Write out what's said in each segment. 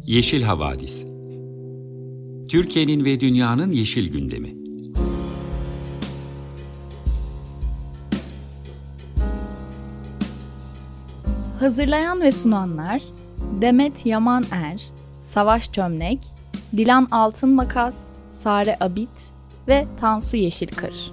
Yeşil Havadis. Türkiye'nin ve dünyanın yeşil gündemi. Hazırlayan ve sunanlar Demet Yaman Savaş Çömlek, Dilan Altınmakas, Sare Abit ve Tansu Yeşilkır.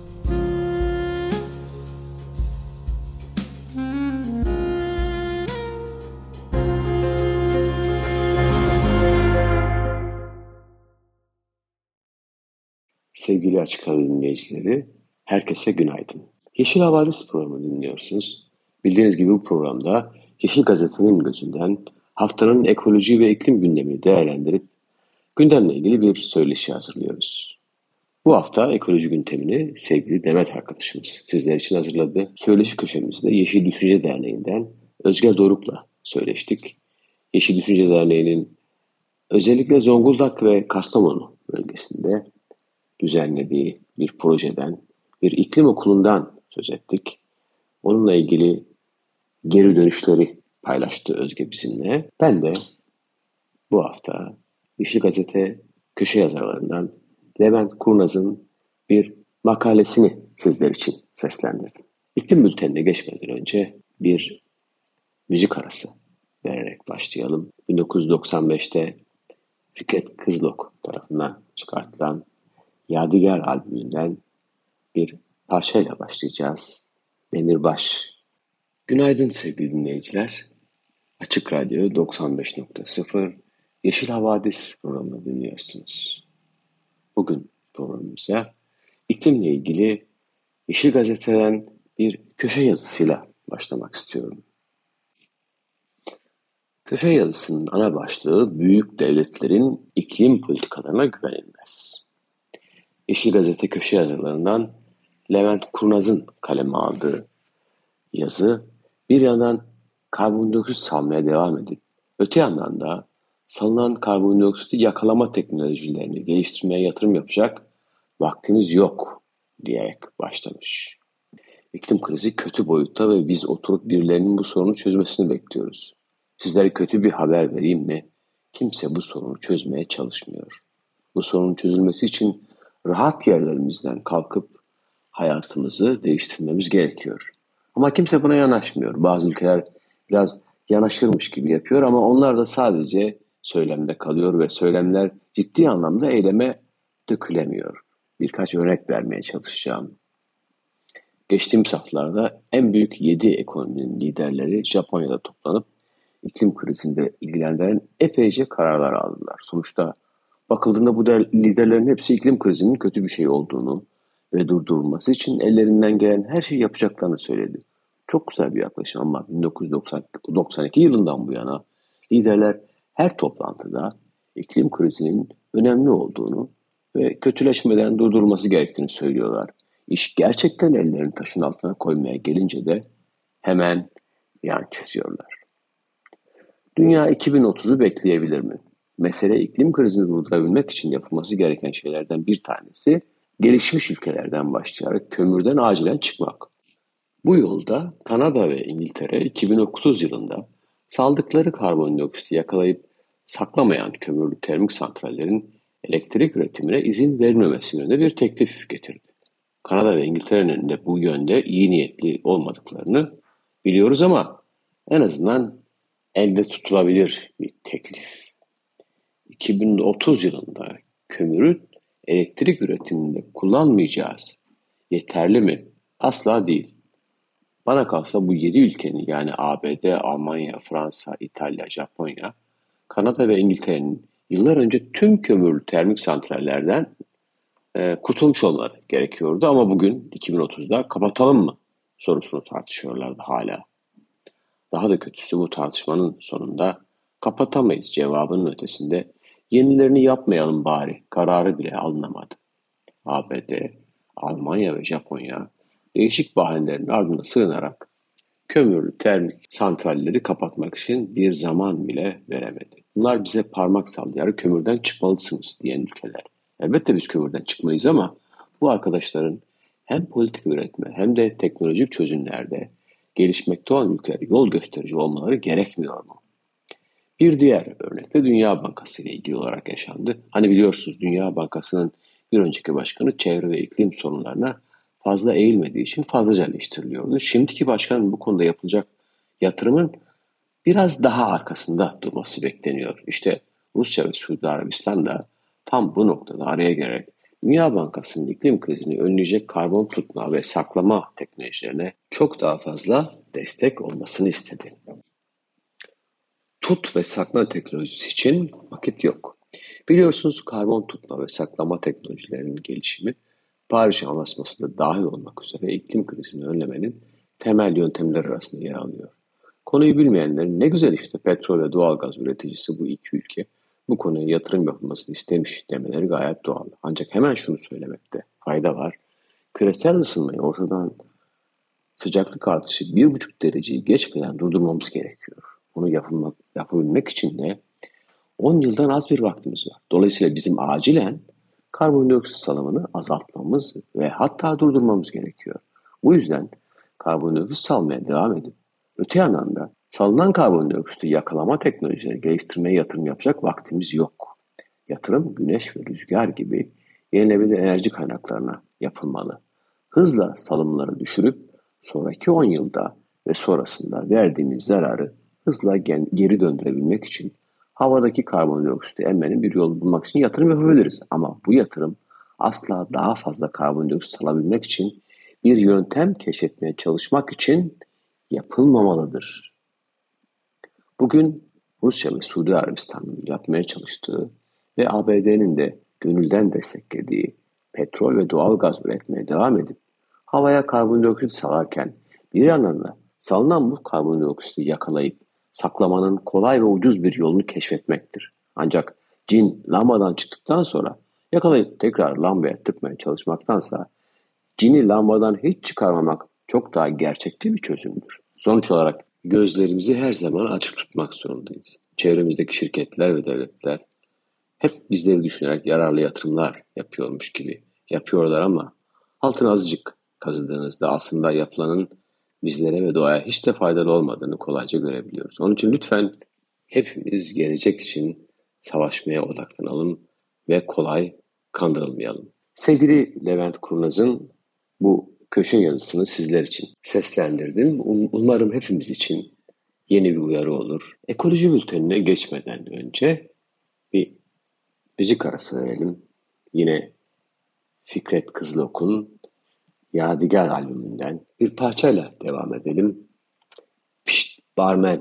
Sevgili Açık Radyo dinleyicileri, herkese günaydın. Yeşil Havadis programı dinliyorsunuz. Bildiğiniz gibi bu programda Yeşil Gazete'nin gözünden haftanın ekoloji ve iklim gündemini değerlendirip gündemle ilgili bir söyleşi hazırlıyoruz. Bu hafta ekoloji gündemini sevgili Demet arkadaşımız sizler için hazırladı. Söyleşi köşemizde Yeşil Düşünce Derneği'nden Özge Doruk'la söyleştik. Yeşil Düşünce Derneği'nin özellikle Zonguldak ve Kastamonu bölgesinde düzenlediği bir projeden, bir iklim okulundan söz ettik. Onunla ilgili geri dönüşleri paylaştı Özge bizimle. Ben de bu hafta Yeşil Gazete köşe yazarlarından Levent Kurnaz'ın bir makalesini sizler için seslendirdim. İklim bültenine geçmeden önce bir müzik arası vererek başlayalım. 1995'te Fikret Kızılok tarafından çıkartılan Yadigar albümünden bir parçayla başlayacağız. Demirbaş. Günaydın sevgili dinleyiciler. Açık Radyo 95.0 Yeşil Havadis programını dinliyorsunuz. Bugün programımıza iklimle ilgili Yeşil Gazete'den bir köşe yazısıyla başlamak istiyorum. Köşe yazısının ana başlığı büyük devletlerin iklim politikalarına güvenilmez. Yeşil Gazete köşe yazarlarından Levent Kurnaz'ın kaleme aldığı yazı bir yandan karbondioksit salmaya devam edip öte yandan da salınan karbondioksiti yakalama teknolojilerini geliştirmeye yatırım yapacak vaktimiz yok diyerek başlamış. İklim krizi kötü boyutta ve biz oturup birilerinin bu sorunu çözmesini bekliyoruz. Sizlere kötü bir haber vereyim mi? Kimse bu sorunu çözmeye çalışmıyor. Bu sorunun çözülmesi için rahat yerlerimizden kalkıp hayatımızı değiştirmemiz gerekiyor. Ama kimse buna yanaşmıyor. Bazı ülkeler biraz yanaşırmış gibi yapıyor ama onlar da sadece söylemde kalıyor ve söylemler ciddi anlamda eyleme dökülemiyor. Birkaç örnek vermeye çalışacağım. Geçtiğimiz haftalarda en büyük 7 ekonominin liderleri Japonya'da toplanıp iklim krizinde ilgilendiren epeyce kararlar aldılar. Sonuçta bakıldığında bu liderlerin hepsi iklim krizinin kötü bir şey olduğunu ve durdurulması için ellerinden gelen her şeyi yapacaklarını söyledi. Çok güzel bir yaklaşım ama 1992 yılından bu yana liderler her toplantıda iklim krizinin önemli olduğunu ve kötüleşmeden durdurulması gerektiğini söylüyorlar. İş gerçekten ellerini taşın altına koymaya gelince de hemen yan kesiyorlar. Dünya 2030'u bekleyebilir mi? Mesele iklim krizini durdurabilmek için yapılması gereken şeylerden bir tanesi gelişmiş ülkelerden başlayarak kömürden acilen çıkmak. Bu yolda Kanada ve İngiltere 2030 yılında saldıkları karbondioksiti yakalayıp saklamayan kömürlü termik santrallerin elektrik üretimine izin verilmemesi yönünde bir teklif getirdi. Kanada ve İngiltere'nin de bu yönde iyi niyetli olmadıklarını biliyoruz ama en azından elde tutulabilir bir teklif. 2030 yılında kömürü elektrik üretiminde kullanmayacağız. Yeterli mi? Asla değil. Bana kalsa bu 7 ülkenin yani ABD, Almanya, Fransa, İtalya, Japonya, Kanada ve İngiltere'nin yıllar önce tüm kömürlü termik santrallerden kurtulmuş olmaları gerekiyordu. Ama bugün 2030'da kapatalım mı sorusunu tartışıyorlardı hala. Daha da kötüsü bu tartışmanın sonunda kapatamayız cevabının ötesinde yenilerini yapmayalım bari kararı bile alınamadı. ABD, Almanya ve Japonya değişik bahanelerin ardına sığınarak kömürlü termik santralleri kapatmak için bir zaman bile veremedi. Bunlar bize parmak sallayarak kömürden çıkmalısınız diyen ülkeler. Elbette biz kömürden çıkmayız ama bu arkadaşların hem politik üretme hem de teknolojik çözümlerde gelişmekte olan ülkeler yol gösterici olmaları gerekmiyor mu? Bir diğer örnek de Dünya Bankası ile ilgili olarak yaşandı. Hani biliyorsunuz Dünya Bankası'nın bir önceki başkanı çevre ve iklim sorunlarına fazla eğilmediği için fazlaca eleştiriliyordu. Şimdiki başkanın bu konuda yapılacak yatırımın biraz daha arkasında durması bekleniyor. İşte Rusya ve Suudi Arabistan da tam bu noktada araya girerek Dünya Bankası'nın iklim krizini önleyecek karbon tutma ve saklama teknolojilerine çok daha fazla destek olmasını istedi. Tut ve sakla teknolojisi için vakit yok. Biliyorsunuz karbon tutma ve saklama teknolojilerinin gelişimi Paris Anlaşması'nda dahil olmak üzere iklim krizini önlemenin temel yöntemleri arasında yer alıyor. Konuyu bilmeyenlerin ne güzel işte petrol ve doğalgaz üreticisi bu iki ülke bu konuya yatırım yapılmasını istemiş demeleri gayet doğal. Ancak hemen şunu söylemekte fayda var. Küresel ısınmayı ortadan sıcaklık artışı 1,5 dereceyi geçmeden durdurmamız gerekiyor. Bunu yapabilmek için de 10 yıldan az bir vaktimiz var. Dolayısıyla bizim acilen karbondioksit salımını azaltmamız ve hatta durdurmamız gerekiyor. Bu yüzden karbondioksit salmaya devam edip öte yandan da salınan karbondioksiti yakalama teknolojileri geliştirmeye yatırım yapacak vaktimiz yok. Yatırım güneş ve rüzgar gibi yenilenebilir enerji kaynaklarına yapılmalı. Hızla salımları düşürüp sonraki 10 yılda ve sonrasında verdiğimiz zararı hızla geri döndürebilmek için havadaki karbondioksiti emmenin bir yolu bulmak için yatırım yapabiliriz. Ama bu yatırım asla daha fazla karbondioksit salabilmek için bir yöntem keşfetmeye çalışmak için yapılmamalıdır. Bugün Rusya ve Suudi Arabistan'ın yapmaya çalıştığı ve ABD'nin de gönülden desteklediği petrol ve doğal gaz üretmeye devam edip havaya karbondioksit salarken bir yandan da salınan bu karbondioksiti yakalayıp saklamanın kolay ve ucuz bir yolunu keşfetmektir. Ancak cin lambadan çıktıktan sonra yakalayıp tekrar lambaya tıkmaya çalışmaktansa cini lambadan hiç çıkarmamak çok daha gerçekçi bir çözümdür. Sonuç olarak gözlerimizi her zaman açık tutmak zorundayız. Çevremizdeki şirketler ve devletler hep bizleri düşünerek yararlı yatırımlar yapıyormuş gibi yapıyorlar ama altını azıcık kazıdığınızda aslında yapılanın bizlere ve doğaya hiç de faydalı olmadığını kolayca görebiliyoruz. Onun için lütfen hepimiz gelecek için savaşmaya odaklanalım ve kolay kandırılmayalım. Sevgili Levent Kurnaz'ın bu köşe yazısını sizler için seslendirdim. Umarım hepimiz için yeni bir uyarı olur. Ekoloji bültenine geçmeden önce bir müzik arası verelim. Yine Fikret Kızılok'un Yadigar albümünden bir parçayla devam edelim. Pişt Barmen.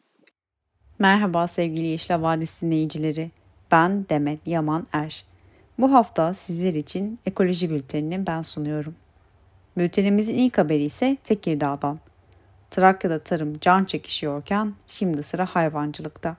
Merhaba sevgili Yeşil Havadis dinleyicileri. Ben Demet Yaman Er. Bu hafta sizler için ekoloji bültenini ben sunuyorum. Bültenimizin ilk haberi ise Tekirdağ'dan. Trakya'da tarım can çekişiyorken şimdi sıra hayvancılıkta.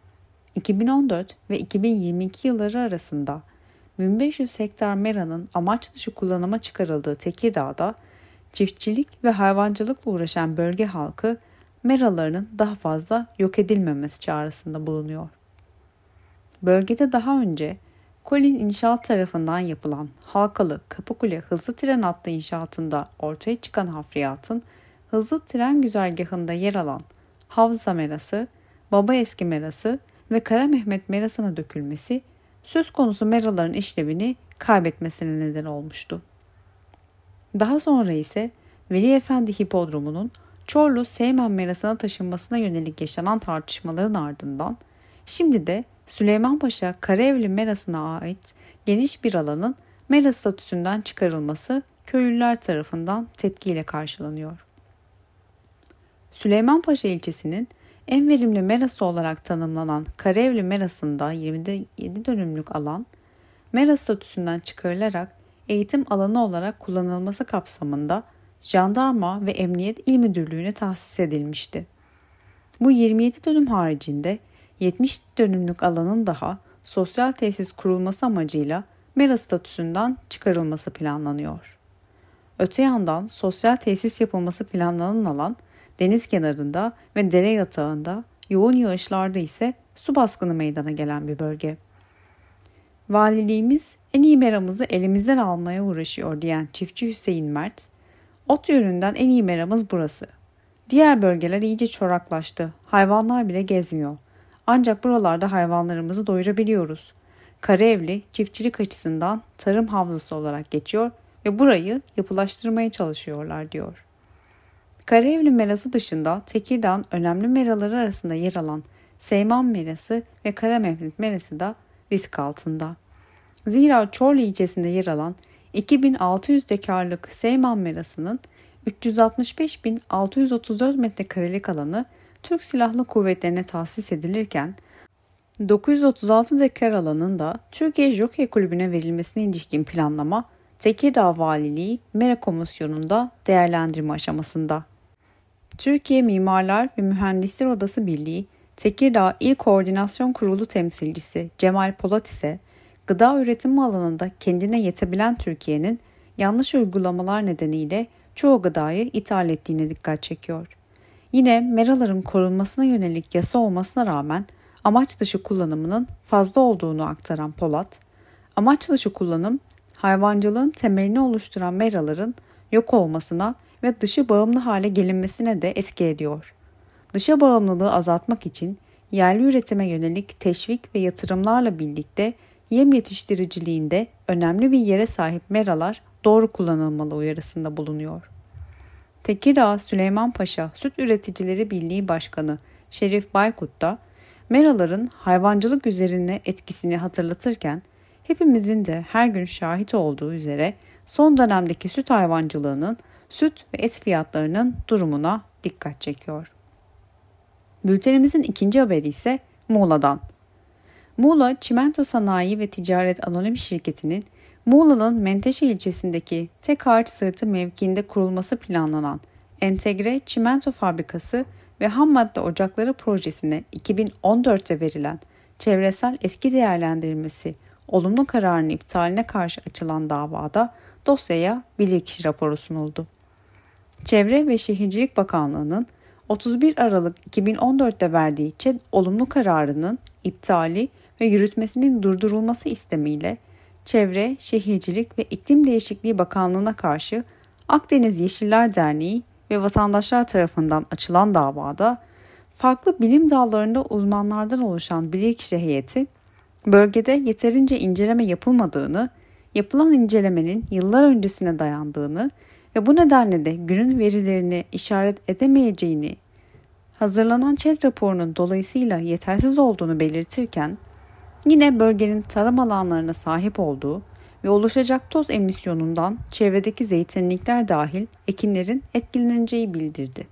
2014 ve 2022 yılları arasında 1500 hektar meranın amaç dışı kullanıma çıkarıldığı Tekirdağ'da çiftçilik ve hayvancılıkla uğraşan bölge halkı meralarının daha fazla yok edilmemesi çağrısında bulunuyor. Bölgede daha önce Kolin İnşaat tarafından yapılan Halkalı Kapıkule hızlı tren hattı inşaatında ortaya çıkan hafriyatın hızlı tren güzergahında yer alan Havza Merası, Baba Eski Merası ve Kara Mehmet Merası'na dökülmesi söz konusu meraların işlevini kaybetmesine neden olmuştu. Daha sonra ise Veli Efendi Hipodromu'nun Çorlu Seymen Merası'na taşınmasına yönelik yaşanan tartışmaların ardından şimdi de Süleymanpaşa Karaevli Merası'na ait geniş bir alanın mera statüsünden çıkarılması köylüler tarafından tepkiyle karşılanıyor. Süleymanpaşa ilçesinin en verimli merası olarak tanımlanan Karaevli Merası'nda 27 dönümlük alan mera statüsünden çıkarılarak eğitim alanı olarak kullanılması kapsamında Jandarma ve Emniyet İl Müdürlüğü'ne tahsis edilmişti. Bu 27 dönüm haricinde 70 dönümlük alanın daha sosyal tesis kurulması amacıyla mera statüsünden çıkarılması planlanıyor. Öte yandan sosyal tesis yapılması planlanan alan deniz kenarında ve dere yatağında, yoğun yağışlarda ise su baskını meydana gelen bir bölge. Valiliğimiz en iyi meramızı elimizden almaya uğraşıyor diyen çiftçi Hüseyin Mert, ot yönünden en iyi meramız burası. Diğer bölgeler iyice çoraklaştı, hayvanlar bile gezmiyor. Ancak buralarda hayvanlarımızı doyurabiliyoruz. Karaevli çiftçilik açısından tarım havzası olarak geçiyor ve burayı yapılaştırmaya çalışıyorlar diyor. Karaevli merası dışında Tekirdağ'ın önemli meraları arasında yer alan Seyman merası ve Karamevlüt merası da risk altında. Zira Çorlu ilçesinde yer alan 2600 dekarlık Seyman merasının 365.634 metrekarelik alanı Türk Silahlı Kuvvetleri'ne tahsis edilirken 936 dekar alanın da Türkiye Jokey Kulübü'ne verilmesine ilişkin planlama Tekirdağ Valiliği Mera Komisyonu'nda değerlendirme aşamasında. Türkiye Mimarlar ve Mühendisler Odası Birliği Tekirdağ İl Koordinasyon Kurulu temsilcisi Cemal Polat ise gıda üretimi alanında kendine yetebilen Türkiye'nin yanlış uygulamalar nedeniyle çoğu gıdayı ithal ettiğine dikkat çekiyor. Yine meraların korunmasına yönelik yasa olmasına rağmen amaç dışı kullanımının fazla olduğunu aktaran Polat, amaç dışı kullanım hayvancılığın temelini oluşturan meraların yok olmasına ve dışı bağımlı hale gelinmesine de etki ediyor. Dışa bağımlılığı azaltmak için yerli üretime yönelik teşvik ve yatırımlarla birlikte yem yetiştiriciliğinde önemli bir yere sahip meralar doğru kullanılmalı uyarısında bulunuyor. Tekirdağ Süleymanpaşa Süt Üreticileri Birliği Başkanı Şerif Baykut da meraların hayvancılık üzerine etkisini hatırlatırken hepimizin de her gün şahit olduğu üzere son dönemdeki süt hayvancılığının süt ve et fiyatlarının durumuna dikkat çekiyor. Bültenimizin ikinci haberi ise Muğla'dan. Muğla Çimento Sanayi ve Ticaret Anonim Şirketi'nin Muğla'nın Menteşe ilçesindeki tek ağaç sırtı mevkiinde kurulması planlanan entegre çimento fabrikası ve ham madde ocakları projesine 2014'te verilen çevresel etki değerlendirmesi olumlu kararının iptaline karşı açılan davada dosyaya bilirkişi raporu sunuldu. Çevre ve Şehircilik Bakanlığı'nın 31 Aralık 2014'te verdiği ÇED olumlu kararının iptali ve yürütmesinin durdurulması istemiyle Çevre, Şehircilik ve İklim Değişikliği Bakanlığı'na karşı Akdeniz Yeşiller Derneği ve vatandaşlar tarafından açılan davada farklı bilim dallarında uzmanlardan oluşan bilirkişi heyeti bölgede yeterince inceleme yapılmadığını, yapılan incelemenin yıllar öncesine dayandığını ve bu nedenle de günün verilerini işaret edemeyeceğini, hazırlanan ÇED raporunun dolayısıyla yetersiz olduğunu belirtirken, yine bölgenin tarım alanlarına sahip olduğu ve oluşacak toz emisyonundan çevredeki zeytinlikler dahil ekinlerin etkileneceği bildirdi.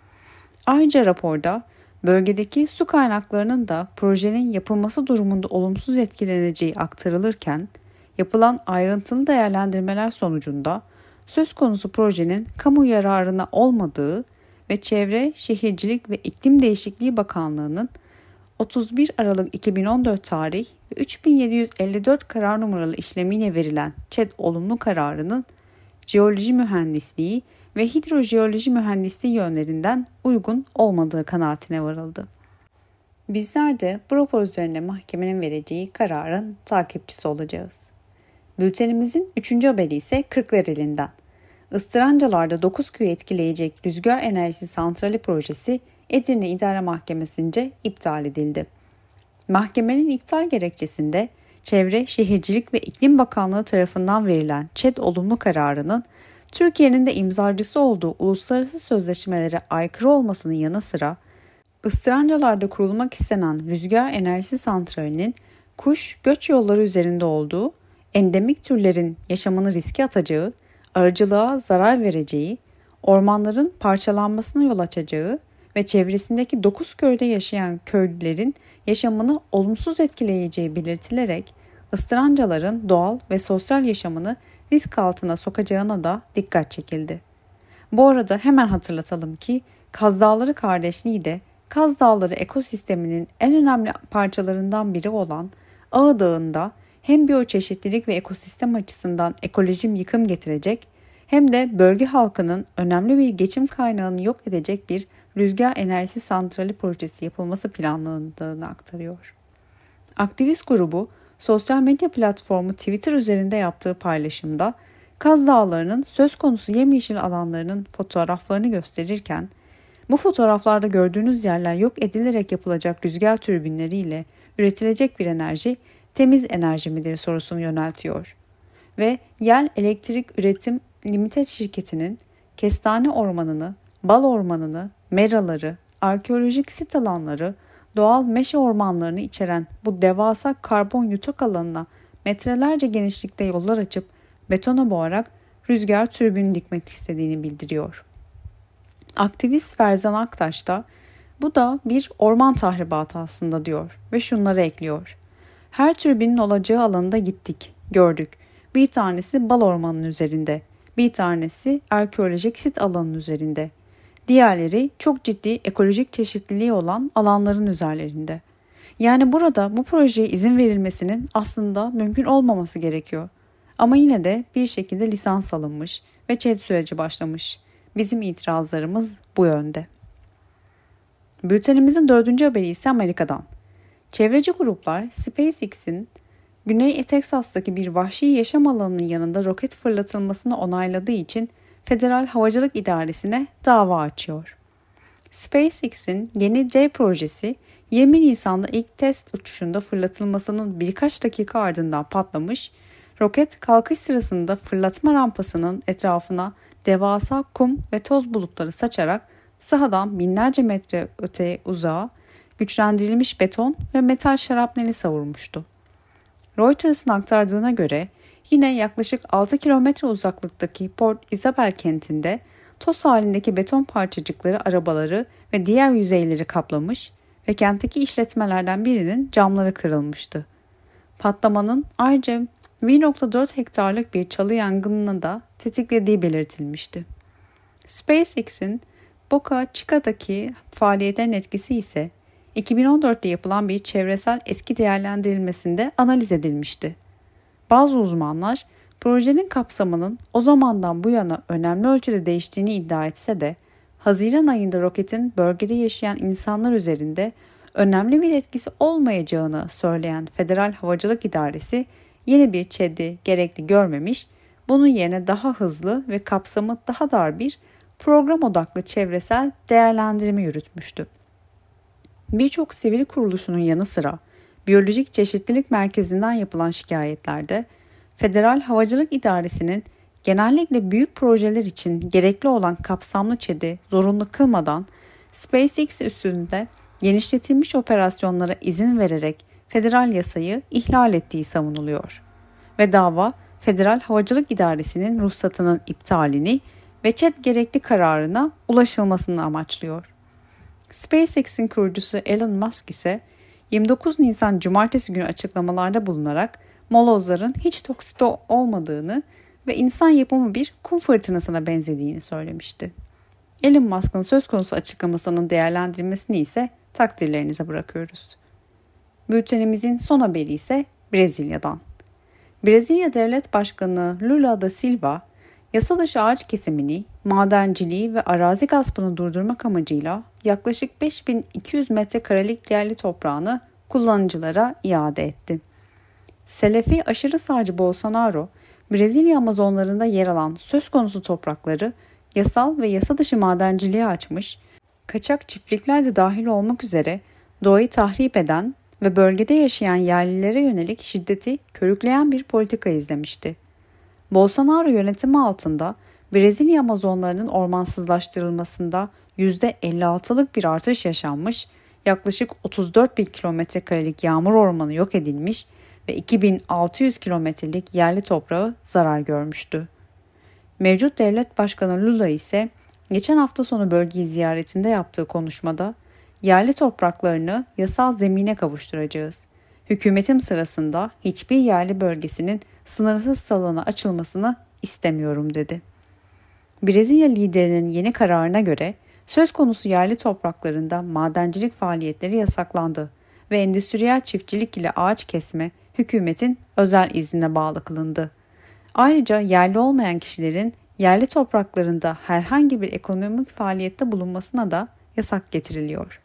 Ayrıca raporda bölgedeki su kaynaklarının da projenin yapılması durumunda olumsuz etkileneceği aktarılırken, yapılan ayrıntılı değerlendirmeler sonucunda söz konusu projenin kamu yararına olmadığı ve Çevre, Şehircilik ve İklim Değişikliği Bakanlığı'nın 31 Aralık 2014 tarih ve 3754 karar numaralı işlemiyle verilen ÇED olumlu kararının jeoloji mühendisliği ve hidrojeoloji mühendisliği yönlerinden uygun olmadığı kanaatine varıldı. Bizler de bu rapor üzerine mahkemenin vereceği kararın takipçisi olacağız. Bültenimizin 3. haberi ise Kırklareli'nden. Istırancalar'da 9 köyü etkileyecek rüzgar enerjisi santrali projesi Edirne İdare Mahkemesi'nce iptal edildi. Mahkemenin iptal gerekçesinde Çevre, Şehircilik ve İklim Bakanlığı tarafından verilen ÇED olumlu kararının Türkiye'nin de imzacısı olduğu uluslararası sözleşmelere aykırı olmasının yanı sıra Istırancalar'da kurulmak istenen rüzgar enerjisi santralinin kuş göç yolları üzerinde olduğu, endemik türlerin yaşamını riske atacağı, arıcılığa zarar vereceği, ormanların parçalanmasına yol açacağı ve çevresindeki 9 köyde yaşayan köylülerin yaşamını olumsuz etkileyeceği belirtilerek ıstırancaların doğal ve sosyal yaşamını risk altına sokacağına da dikkat çekildi. Bu arada hemen hatırlatalım ki Kaz Dağları kardeşliği de Kaz Dağları ekosisteminin en önemli parçalarından biri olan Ağı Dağı'nda hem biyoçeşitlilik ve ekosistem açısından ekolojik yıkım getirecek hem de bölge halkının önemli bir geçim kaynağını yok edecek bir rüzgar enerjisi santrali projesi yapılması planlandığını aktarıyor. Aktivist grubu sosyal medya platformu Twitter üzerinde yaptığı paylaşımda Kaz Dağları'nın söz konusu yemyeşil alanlarının fotoğraflarını gösterirken Bu fotoğraflarda gördüğünüz yerler yok edilerek yapılacak rüzgar türbinleriyle üretilecek bir enerji temiz enerji midir sorusunu yöneltiyor. Ve Yel Elektrik Üretim Limited şirketinin kestane ormanını, bal ormanını, meraları, arkeolojik sit alanları, doğal meşe ormanlarını içeren bu devasa karbon yutak alanına metrelerce genişlikte yollar açıp betona boğarak rüzgar türbini dikmek istediğini bildiriyor. Aktivist Ferzan Aktaş da bu da bir orman tahribatı aslında diyor ve şunları ekliyor. Her türbinin olacağı alanda gittik, gördük. Bir tanesi bal ormanının üzerinde, bir tanesi arkeolojik sit alanının üzerinde. Diğerleri çok ciddi ekolojik çeşitliliği olan alanların üzerlerinde. Yani burada bu projeye izin verilmesinin aslında mümkün olmaması gerekiyor. Ama yine de bir şekilde lisans alınmış ve ÇED süreci başlamış. Bizim itirazlarımız bu yönde. Bültenimizin 4. haberi ise Amerika'dan. Çevreci gruplar SpaceX'in Güney Teksas'taki bir vahşi yaşam alanının yanında roket fırlatılmasını onayladığı için Federal Havacılık İdaresi'ne dava açıyor. SpaceX'in yeni D projesi 20 Nisan'da ilk test uçuşunda fırlatılmasının birkaç dakika ardından patlamış, roket kalkış sırasında fırlatma rampasının etrafına devasa kum ve toz bulutları saçarak sahadan binlerce metre öteye uzağa güçlendirilmiş beton ve metal şarapneli savurmuştu. Reuters'ın aktardığına göre yine yaklaşık 6 kilometre uzaklıktaki Port Isabel kentinde toz halindeki beton parçacıkları arabaları ve diğer yüzeyleri kaplamış ve kentteki işletmelerden birinin camları kırılmıştı. Patlamanın ayrıca 1,4 hektarlık bir çalı yangınını da tetiklediği belirtilmişti. SpaceX'in Boca Chica'daki faaliyetlerin etkisi ise 2014'te yapılan bir çevresel etki değerlendirilmesinde analiz edilmişti. Bazı uzmanlar projenin kapsamının o zamandan bu yana önemli ölçüde değiştiğini iddia etse de Haziran ayında roketin bölgede yaşayan insanlar üzerinde önemli bir etkisi olmayacağını söyleyen Federal Havacılık İdaresi yeni bir ÇED'i gerekli görmemiş, bunun yerine daha hızlı ve kapsamı daha dar bir program odaklı çevresel değerlendirme yürütmüştü. Birçok sivil kuruluşunun yanı sıra Biyolojik Çeşitlilik Merkezi'nden yapılan şikayetlerde Federal Havacılık İdaresi'nin genellikle büyük projeler için gerekli olan kapsamlı ÇED'i zorunlu kılmadan SpaceX üstünde genişletilmiş operasyonlara izin vererek federal yasayı ihlal ettiği savunuluyor. Ve dava Federal Havacılık İdaresi'nin ruhsatının iptalini ve ÇED gerekli kararına ulaşılmasını amaçlıyor. SpaceX'in kurucusu Elon Musk ise 29 Nisan Cumartesi günü açıklamalarda bulunarak molozların hiç toksik olmadığını ve insan yapımı bir kum fırtınasına benzediğini söylemişti. Elon Musk'ın söz konusu açıklamasının değerlendirilmesini ise takdirlerinize bırakıyoruz. Bültenimizin son haberi ise Brezilya'dan. Brezilya Devlet Başkanı Lula da Silva, yasa dışı ağaç kesimini, madenciliği ve arazi gaspını durdurmak amacıyla yaklaşık 5200 metrekarelik yerli toprağını kullanıcılara iade etti. Selefi aşırı sağcı Bolsonaro, Brezilya Amazonlarında yer alan söz konusu toprakları yasal ve yasa dışı madenciliğe açmış, kaçak çiftlikler de dahil olmak üzere doğayı tahrip eden ve bölgede yaşayan yerlilere yönelik şiddeti körükleyen bir politika izlemişti. Bolsonaro yönetimi altında Brezilya Amazonlarının ormansızlaştırılmasında %56'lık bir artış yaşanmış, yaklaşık 34 bin kilometrekarelik yağmur ormanı yok edilmiş ve 2600 kilometrelik yerli toprağı zarar görmüştü. Mevcut devlet başkanı Lula ise geçen hafta sonu bölgeyi ziyaretinde yaptığı konuşmada yerli topraklarını yasal zemine kavuşturacağız. Hükümetim sırasında hiçbir yerli bölgesinin sınırsız salana açılmasını istemiyorum dedi. Brezilya liderinin yeni kararına göre söz konusu yerli topraklarında madencilik faaliyetleri yasaklandı ve endüstriyel çiftçilik ile ağaç kesme hükümetin özel iznine bağlı kılındı. Ayrıca yerli olmayan kişilerin yerli topraklarında herhangi bir ekonomik faaliyette bulunmasına da yasak getiriliyor.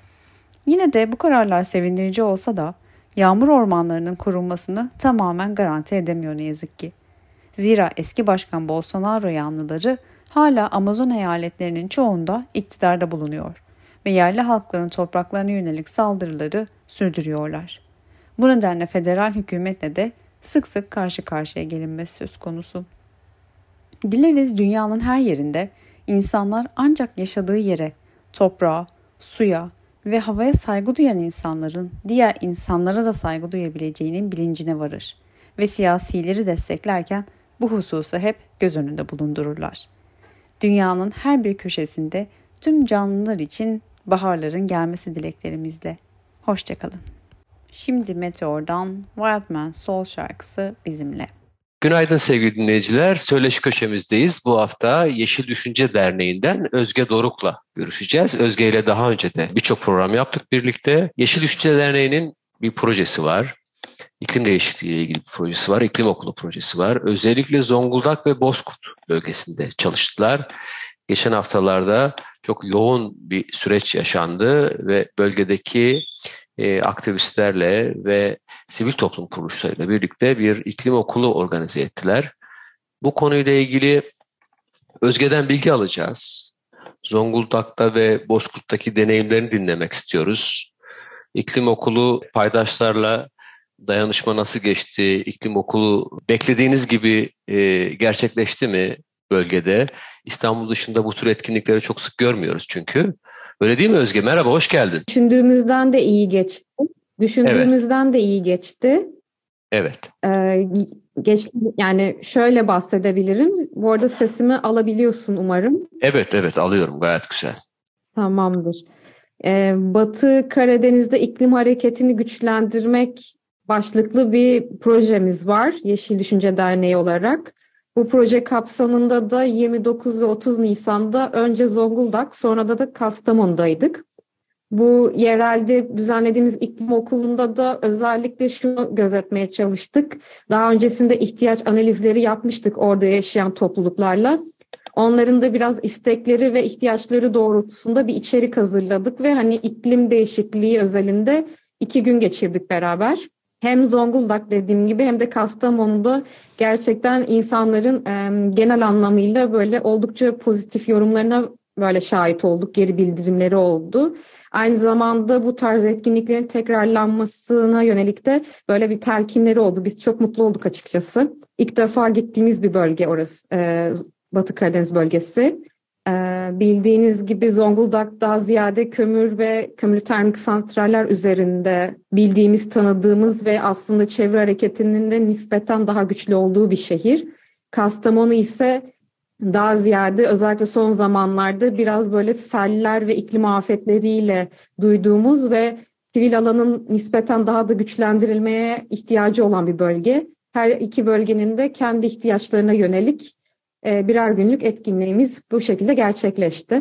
Yine de bu kararlar sevindirici olsa da yağmur ormanlarının korunmasını tamamen garanti edemiyor ne yazık ki. Zira eski başkan Bolsonaro yanlıları hala Amazon eyaletlerinin çoğunda iktidarda bulunuyor ve yerli halkların topraklarına yönelik saldırıları sürdürüyorlar. Bu nedenle federal hükümetle de sık sık karşı karşıya gelinmesi söz konusu. Dileriz dünyanın her yerinde insanlar ancak yaşadığı yere, toprağa, suya ve havaya saygı duyan insanların diğer insanlara da saygı duyabileceğinin bilincine varır ve siyasileri desteklerken bu hususu hep göz önünde bulundururlar. Dünyanın her bir köşesinde tüm canlılar için baharların gelmesi dileklerimizle. Hoşçakalın. Şimdi Meteor'dan Wildman Soul şarkısı bizimle. Günaydın sevgili dinleyiciler. Söyleşi köşemizdeyiz. Bu hafta Yeşil Düşünce Derneği'nden Özge Doruk'la görüşeceğiz. Özge ile daha önce de birçok program yaptık birlikte. Yeşil Düşünce Derneği'nin bir projesi var. İklim değişikliği ile ilgili bir projesi var. İklim Okulu projesi var. Özellikle Zonguldak ve Bozkurt bölgesinde çalıştılar. Geçen haftalarda çok yoğun bir süreç yaşandı ve bölgedeki aktivistlerle ve sivil toplum kuruluşlarıyla birlikte bir iklim okulu organize ettiler. Bu konuyla ilgili Özge'den bilgi alacağız. Zonguldak'ta ve Bozkurt'taki deneyimlerini dinlemek istiyoruz. İklim okulu paydaşlarla dayanışma nasıl geçti? İklim okulu beklediğiniz gibi gerçekleşti mi bölgede? İstanbul dışında bu tür etkinlikleri çok sık görmüyoruz çünkü. Öyle değil mi Özge? Merhaba, hoş geldin. Düşündüğümüzden de iyi geçti. Düşündüğümüzden de iyi geçti. Evet. Geçti, yani şöyle bahsedebilirim. Bu arada sesimi alabiliyorsun umarım. Evet alıyorum, gayet güzel. Tamamdır. Batı Karadeniz'de iklim hareketini güçlendirmek başlıklı bir projemiz var. Yeşil Düşünce Derneği olarak. Bu proje kapsamında da 29 ve 30 Nisan'da önce Zonguldak, sonra da Kastamonu'daydık. Bu yerelde düzenlediğimiz iklim okulunda da özellikle şunu gözetmeye çalıştık. Daha öncesinde ihtiyaç analizleri yapmıştık orada yaşayan topluluklarla. Onların da biraz istekleri ve ihtiyaçları doğrultusunda bir içerik hazırladık ve hani iklim değişikliği özelinde 2 gün geçirdik beraber. Hem Zonguldak dediğim gibi hem de Kastamonu'da gerçekten insanların genel anlamıyla böyle oldukça pozitif yorumlarına böyle şahit olduk, geri bildirimleri oldu. Aynı zamanda bu tarz etkinliklerin tekrarlanmasına yönelik de böyle bir telkinleri oldu. Biz çok mutlu olduk açıkçası. İlk defa gittiğimiz bir bölge orası, Batı Karadeniz bölgesi. Bildiğiniz gibi Zonguldak daha ziyade kömür ve kömürlü termik santraller üzerinde bildiğimiz, tanıdığımız ve aslında çevre hareketinin de nispeten daha güçlü olduğu bir şehir. Kastamonu ise daha ziyade özellikle son zamanlarda biraz böyle seller ve iklim afetleriyle duyduğumuz ve sivil alanın nispeten daha da güçlendirilmeye ihtiyacı olan bir bölge. Her iki bölgenin de kendi ihtiyaçlarına yönelik birer günlük etkinliğimiz bu şekilde gerçekleşti.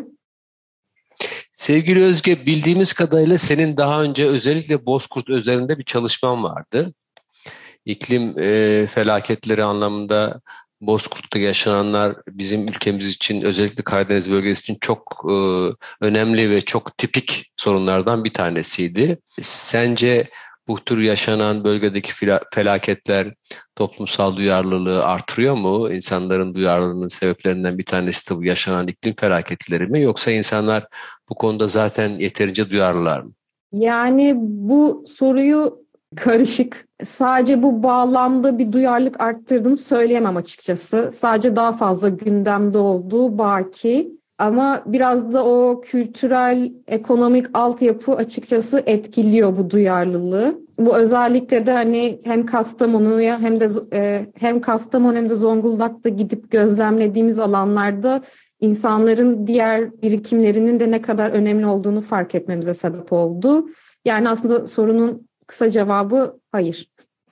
Sevgili Özge, bildiğimiz kadarıyla senin daha önce özellikle Bozkurt üzerinde bir çalışman vardı. İklim felaketleri anlamında Bozkurt'ta yaşananlar bizim ülkemiz için, özellikle Karadeniz bölgesi için çok önemli ve çok tipik sorunlardan bir tanesiydi. Sence bu tür yaşanan bölgedeki felaketler toplumsal duyarlılığı artırıyor mu? İnsanların duyarlılığının sebeplerinden bir tanesi de bu yaşanan iklim felaketleri mi? Yoksa insanlar bu konuda zaten yeterince duyarlılar mı? Yani bu soruyu karışık. Sadece bu bağlamda bir duyarlılık arttırdığını söyleyemem açıkçası. Sadece daha fazla gündemde olduğu baki. Ama biraz da o kültürel, ekonomik altyapı açıkçası etkiliyor bu duyarlılığı. Bu özellikle de hani hem Kastamonu'ya hem Kastamonu hem de Zonguldak'ta gidip gözlemlediğimiz alanlarda insanların diğer birikimlerinin de ne kadar önemli olduğunu fark etmemize sebep oldu. Yani aslında sorunun kısa cevabı hayır.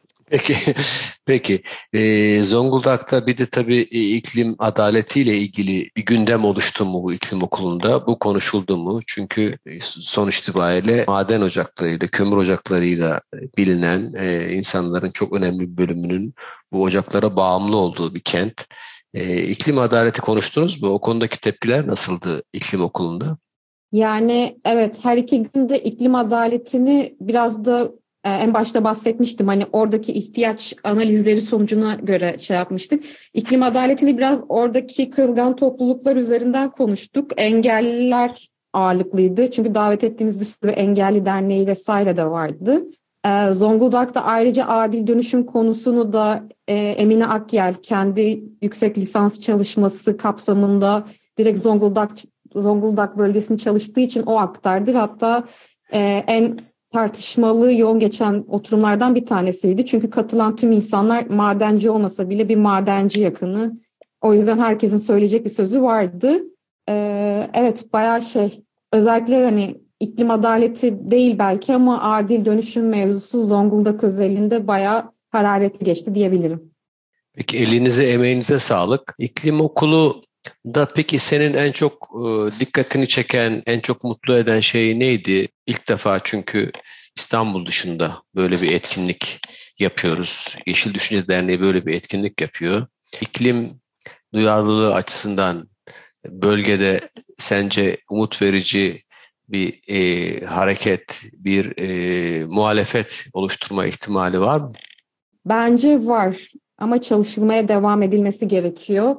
Peki. Zonguldak'ta bir de tabii iklim adaletiyle ilgili bir gündem oluştu mu bu iklim okulunda? Bu konuşuldu mu? Çünkü sonuç itibariyle maden ocaklarıyla, kömür ocaklarıyla bilinen insanların çok önemli bir bölümünün bu ocaklara bağımlı olduğu bir kent. İklim adaleti konuştunuz mu? O konudaki tepkiler nasıldı iklim okulunda? Yani evet, her iki günde iklim adaletini biraz da en başta bahsetmiştim, hani oradaki ihtiyaç analizleri sonucuna göre şey yapmıştık. İklim adaletini biraz oradaki kırılgan topluluklar üzerinden konuştuk. Engelliler ağırlıklıydı. Çünkü davet ettiğimiz bir sürü engelli derneği vesaire de vardı. Zonguldak'ta ayrıca adil dönüşüm konusunu da Emine Akyel kendi yüksek lisans çalışması kapsamında direkt Zonguldak bölgesini çalıştığı için o aktardı ve hatta en tartışmalı, yoğun geçen oturumlardan bir tanesiydi. Çünkü katılan tüm insanlar madenci olmasa bile bir madenci yakını. O yüzden herkesin söyleyecek bir sözü vardı. Evet, bayağı özellikle hani iklim adaleti değil belki ama adil dönüşüm mevzusu Zonguldak özelinde bayağı hararetli geçti diyebilirim. Peki elinize, emeğinize sağlık. İklim okulu da peki senin en çok dikkatini çeken, en çok mutlu eden şey neydi? İlk defa çünkü İstanbul dışında böyle bir etkinlik yapıyoruz. Yeşil Düşünce Derneği böyle bir etkinlik yapıyor. İklim duyarlılığı açısından bölgede sence umut verici bir hareket, bir muhalefet oluşturma ihtimali var mı? Bence var ama çalışılmaya devam edilmesi gerekiyor.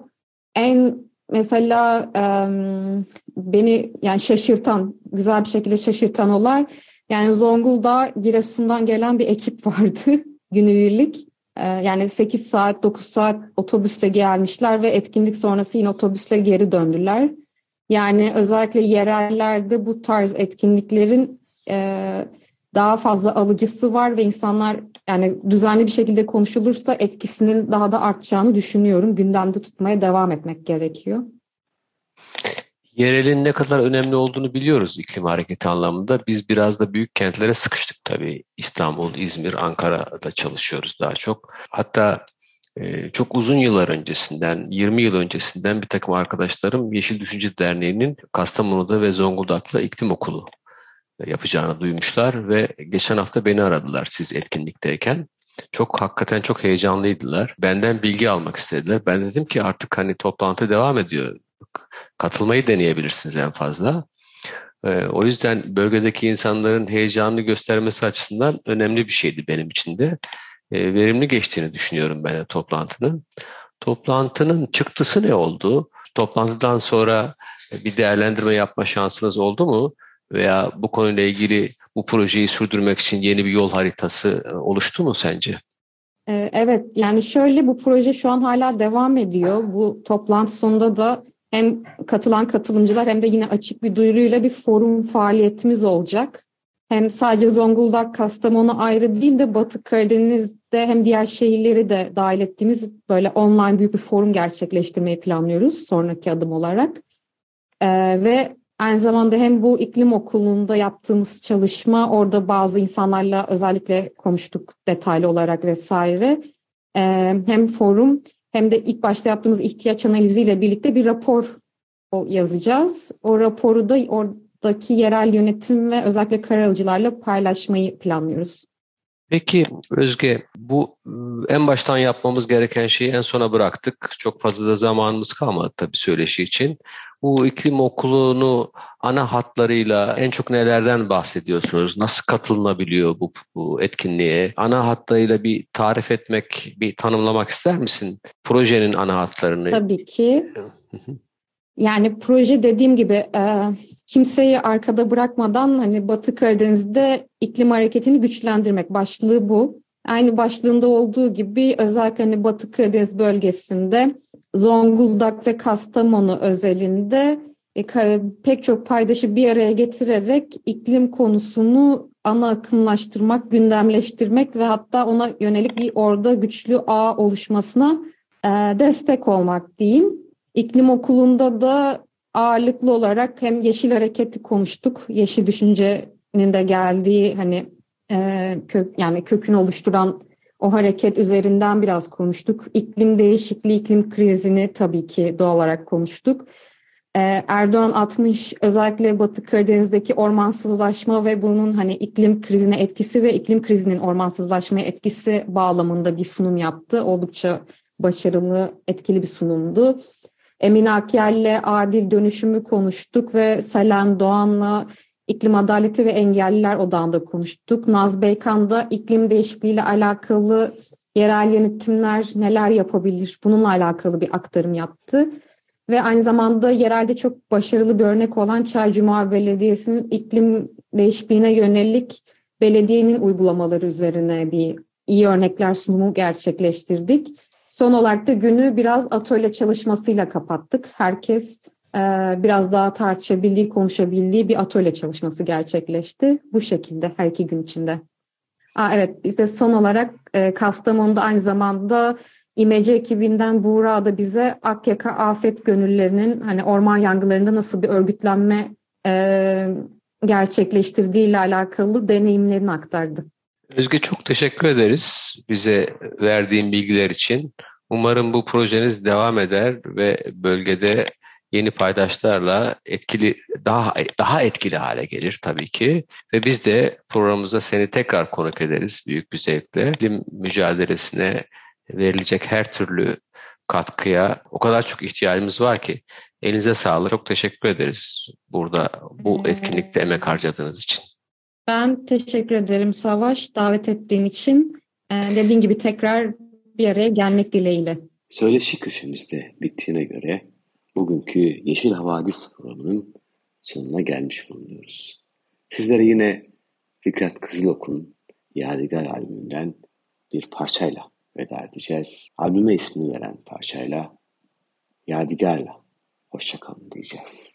Mesela beni yani şaşırtan, güzel bir şekilde şaşırtan olay, yani Zonguldak'a Giresun'dan gelen bir ekip vardı günübirlik. Yani 8 saat, 9 saat otobüsle gelmişler ve etkinlik sonrası yine otobüsle geri döndüler. Yani özellikle yerellerde bu tarz etkinliklerin daha fazla alıcısı var ve insanlar, yani düzenli bir şekilde konuşulursa etkisinin daha da artacağını düşünüyorum. Gündemde tutmaya devam etmek gerekiyor. Yerelin ne kadar önemli olduğunu biliyoruz iklim hareketi anlamında. Biz biraz da büyük kentlere sıkıştık tabii. İstanbul, İzmir, Ankara'da çalışıyoruz daha çok. Hatta çok uzun yıllar öncesinden, 20 yıl öncesinden bir takım arkadaşlarım Yeşil Düşünce Derneği'nin Kastamonu'da ve Zonguldak'ta iklim okulu yapacağını duymuşlar ve geçen hafta beni aradılar siz etkinlikteyken. Hakikaten çok heyecanlıydılar. Benden bilgi almak istediler. Ben dedim ki artık hani toplantı devam ediyor. Katılmayı deneyebilirsiniz en fazla. O yüzden bölgedeki insanların heyecanını göstermesi açısından önemli bir şeydi benim için de. Verimli geçtiğini düşünüyorum ben de toplantının. Toplantının çıktısı ne oldu? Toplantıdan sonra bir değerlendirme yapma şansınız oldu mu? Veya bu konuyla ilgili bu projeyi sürdürmek için yeni bir yol haritası oluştu mu sence? Evet, yani şöyle, bu proje şu an hala devam ediyor. Bu toplantı sonunda da hem katılan katılımcılar hem de yine açık bir duyuruyla bir forum faaliyetimiz olacak. Hem sadece Zonguldak, Kastamonu ayrı değil de Batı Karadeniz'de hem diğer şehirleri de dahil ettiğimiz böyle online büyük bir forum gerçekleştirmeyi planlıyoruz sonraki adım olarak. Ve aynı zamanda hem bu iklim okulunda yaptığımız çalışma, orada bazı insanlarla özellikle konuştuk detaylı olarak vesaire. Hem forum hem de ilk başta yaptığımız ihtiyaç analiziyle birlikte bir rapor yazacağız. O raporu da oradaki yerel yönetim ve özellikle karar alıcılarla paylaşmayı planlıyoruz. Peki Özge, bu en baştan yapmamız gereken şeyi en sona bıraktık. Çok fazla da zamanımız kalmadı tabii söyleşi için. Bu iklim okulunu ana hatlarıyla en çok nelerden bahsediyorsunuz? Nasıl katılınabiliyor bu etkinliğe? Ana hatlarıyla bir tarif etmek, bir tanımlamak ister misin? Projenin ana hatlarını. Tabii ki. Yani proje dediğim gibi kimseyi arkada bırakmadan hani Batı Karadeniz'de iklim hareketini güçlendirmek başlığı bu. Aynı başlığında olduğu gibi özellikle hani Batı Karadeniz bölgesinde Zonguldak ve Kastamonu özelinde pek çok paydaşı bir araya getirerek iklim konusunu ana akımlaştırmak, gündemleştirmek ve hatta ona yönelik bir orada güçlü ağ oluşmasına destek olmak diyeyim. İklim okulunda da ağırlıklı olarak hem yeşil hareketi konuştuk. Yeşil düşüncenin de geldiği hani yani kökünü oluşturan o hareket üzerinden biraz konuştuk. İklim değişikliği, iklim krizini tabii ki doğal olarak konuştuk. Erdoğan 60 özellikle Batı Karadeniz'deki ormansızlaşma ve bunun hani iklim krizine etkisi ve iklim krizinin ormansızlaşmaya etkisi bağlamında bir sunum yaptı. Oldukça başarılı, etkili bir sunumdu. Emine Akyel'le adil dönüşümü konuştuk ve Selen Doğan'la İklim Adaleti ve Engelliler Odağı'nda konuştuk. Naz Beykan'da iklim değişikliğiyle alakalı yerel yönetimler neler yapabilir? Bununla alakalı bir aktarım yaptı. Ve aynı zamanda yerelde çok başarılı bir örnek olan Çaycuma Belediyesi'nin iklim değişikliğine yönelik belediyenin uygulamaları üzerine bir iyi örnekler sunumu gerçekleştirdik. Son olarak da günü biraz atölye çalışmasıyla kapattık. Herkes biraz daha tartışabildiği, konuşabildiği bir atölye çalışması gerçekleşti. Bu şekilde her iki gün içinde. Evet, işte son olarak Kastamonu'da aynı zamanda İmece ekibinden Buğra da bize Akyaka Afet Gönüllülerinin hani orman yangınlarında nasıl bir örgütlenme gerçekleştirdiğiyle alakalı deneyimlerini aktardı. Özge, çok teşekkür ederiz bize verdiğin bilgiler için. Umarım bu projeniz devam eder ve bölgede yeni paydaşlarla daha etkili hale gelir tabii ki. Ve biz de programımıza seni tekrar konuk ederiz büyük bir zevkle. İklim mücadelesine verilecek her türlü katkıya o kadar çok ihtiyacımız var ki. Elinize sağlık. Çok teşekkür ederiz burada bu etkinlikte emek harcadığınız için. Ben teşekkür ederim Savaş, davet ettiğin için. Dediğin gibi tekrar bir araya gelmek dileğiyle. Söyleşi köşemizde bittiğine göre bugünkü Yeşil Havadis programının sonuna gelmiş bulunuyoruz. Sizlere yine Fikret Kızılok'un Yadigar albümünden bir parçayla veda edeceğiz. Albüme ismini veren parçayla, Yadigar'la hoşça kalın diyeceğiz.